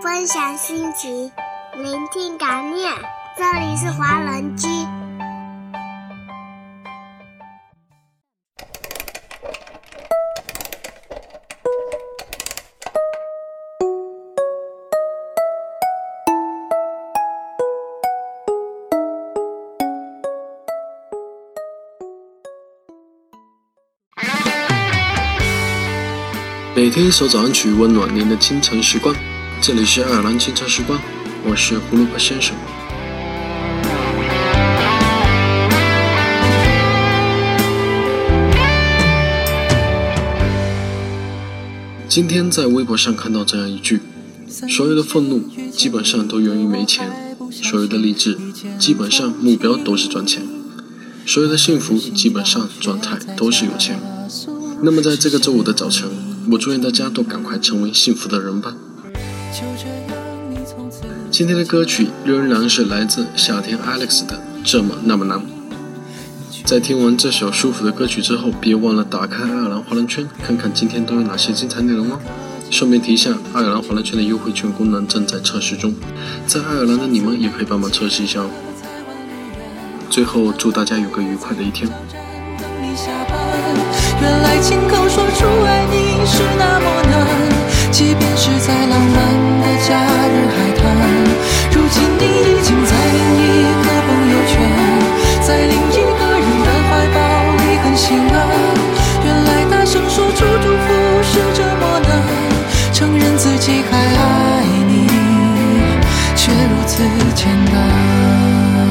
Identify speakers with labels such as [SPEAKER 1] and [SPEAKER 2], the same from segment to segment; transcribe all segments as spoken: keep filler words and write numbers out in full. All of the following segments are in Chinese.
[SPEAKER 1] 分享心情，聆听感念。这里是华人居。
[SPEAKER 2] 每天一首早安曲，温暖您的清晨时光。这里是爱尔兰清晨时光，我是胡萝卜先生。今天在微博上看到这样一句：所有的愤怒基本上都源于没钱，所有的励志基本上目标都是赚钱，所有的幸福基本上状态都是有钱。那么在这个周五的早晨，我祝愿大家都赶快成为幸福的人吧。今天的歌曲仍然是来自夏天 Alex 的这么那么难。在听完这首舒服的歌曲之后，别忘了打开爱尔兰华人圈，看看今天都有哪些精彩内容哦。顺便提一下，爱尔兰华人圈的优惠券功能正在测试中，在爱尔兰的你们也可以帮忙测试一下哦。最后祝大家有个愉快的一天。
[SPEAKER 3] 原来亲口说出爱你是那么难，即便是在浪漫的假日海滩，如今你已经在另一个朋友圈，在另一个人的怀抱里很心安。原来大声说出祝福是这么难，承认自己还爱你却如此简单。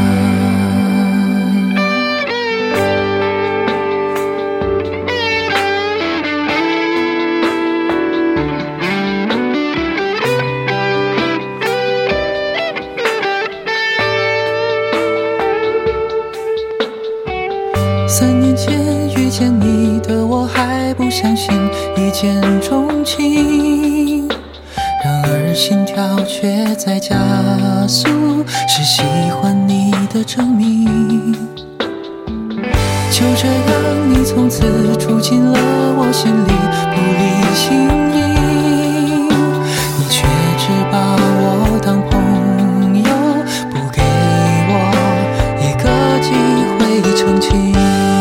[SPEAKER 3] 三年前遇见你的我还不相信一见钟情，然而心跳却在加速，是喜欢你的证明。就这样你从此住进了我心里，不离心意，你却只把我当朋友，不给我一个机会澄清。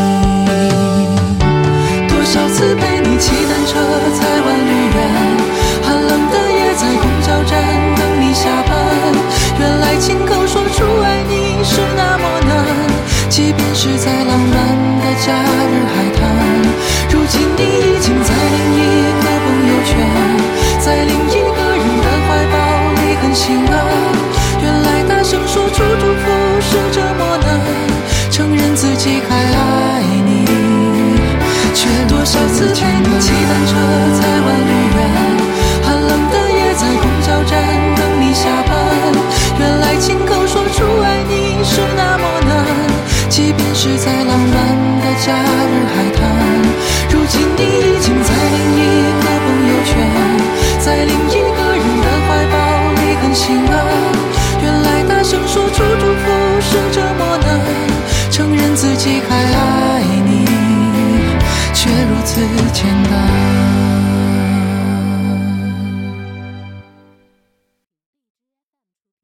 [SPEAKER 3] 陪你骑单车在万里远，寒冷的夜在公交站等你下班。原来亲口说出爱你是那么难，即便是在浪漫的假日海滩，如今你已经在另一个朋友圈，在另一个人的怀抱里很心安。原来大声说出祝福是这么难，承认自己还爱你却多少次陪你骑单车在万里远，寒冷的夜在公交站等你下班。原来亲口说出爱你是那么难，即便是在浪漫的假日海滩，如今你已经在另一个朋友圈，在另一个人的怀抱里很心安。原来大声说出祝福是这么难，承认自己还爱你却如此简单。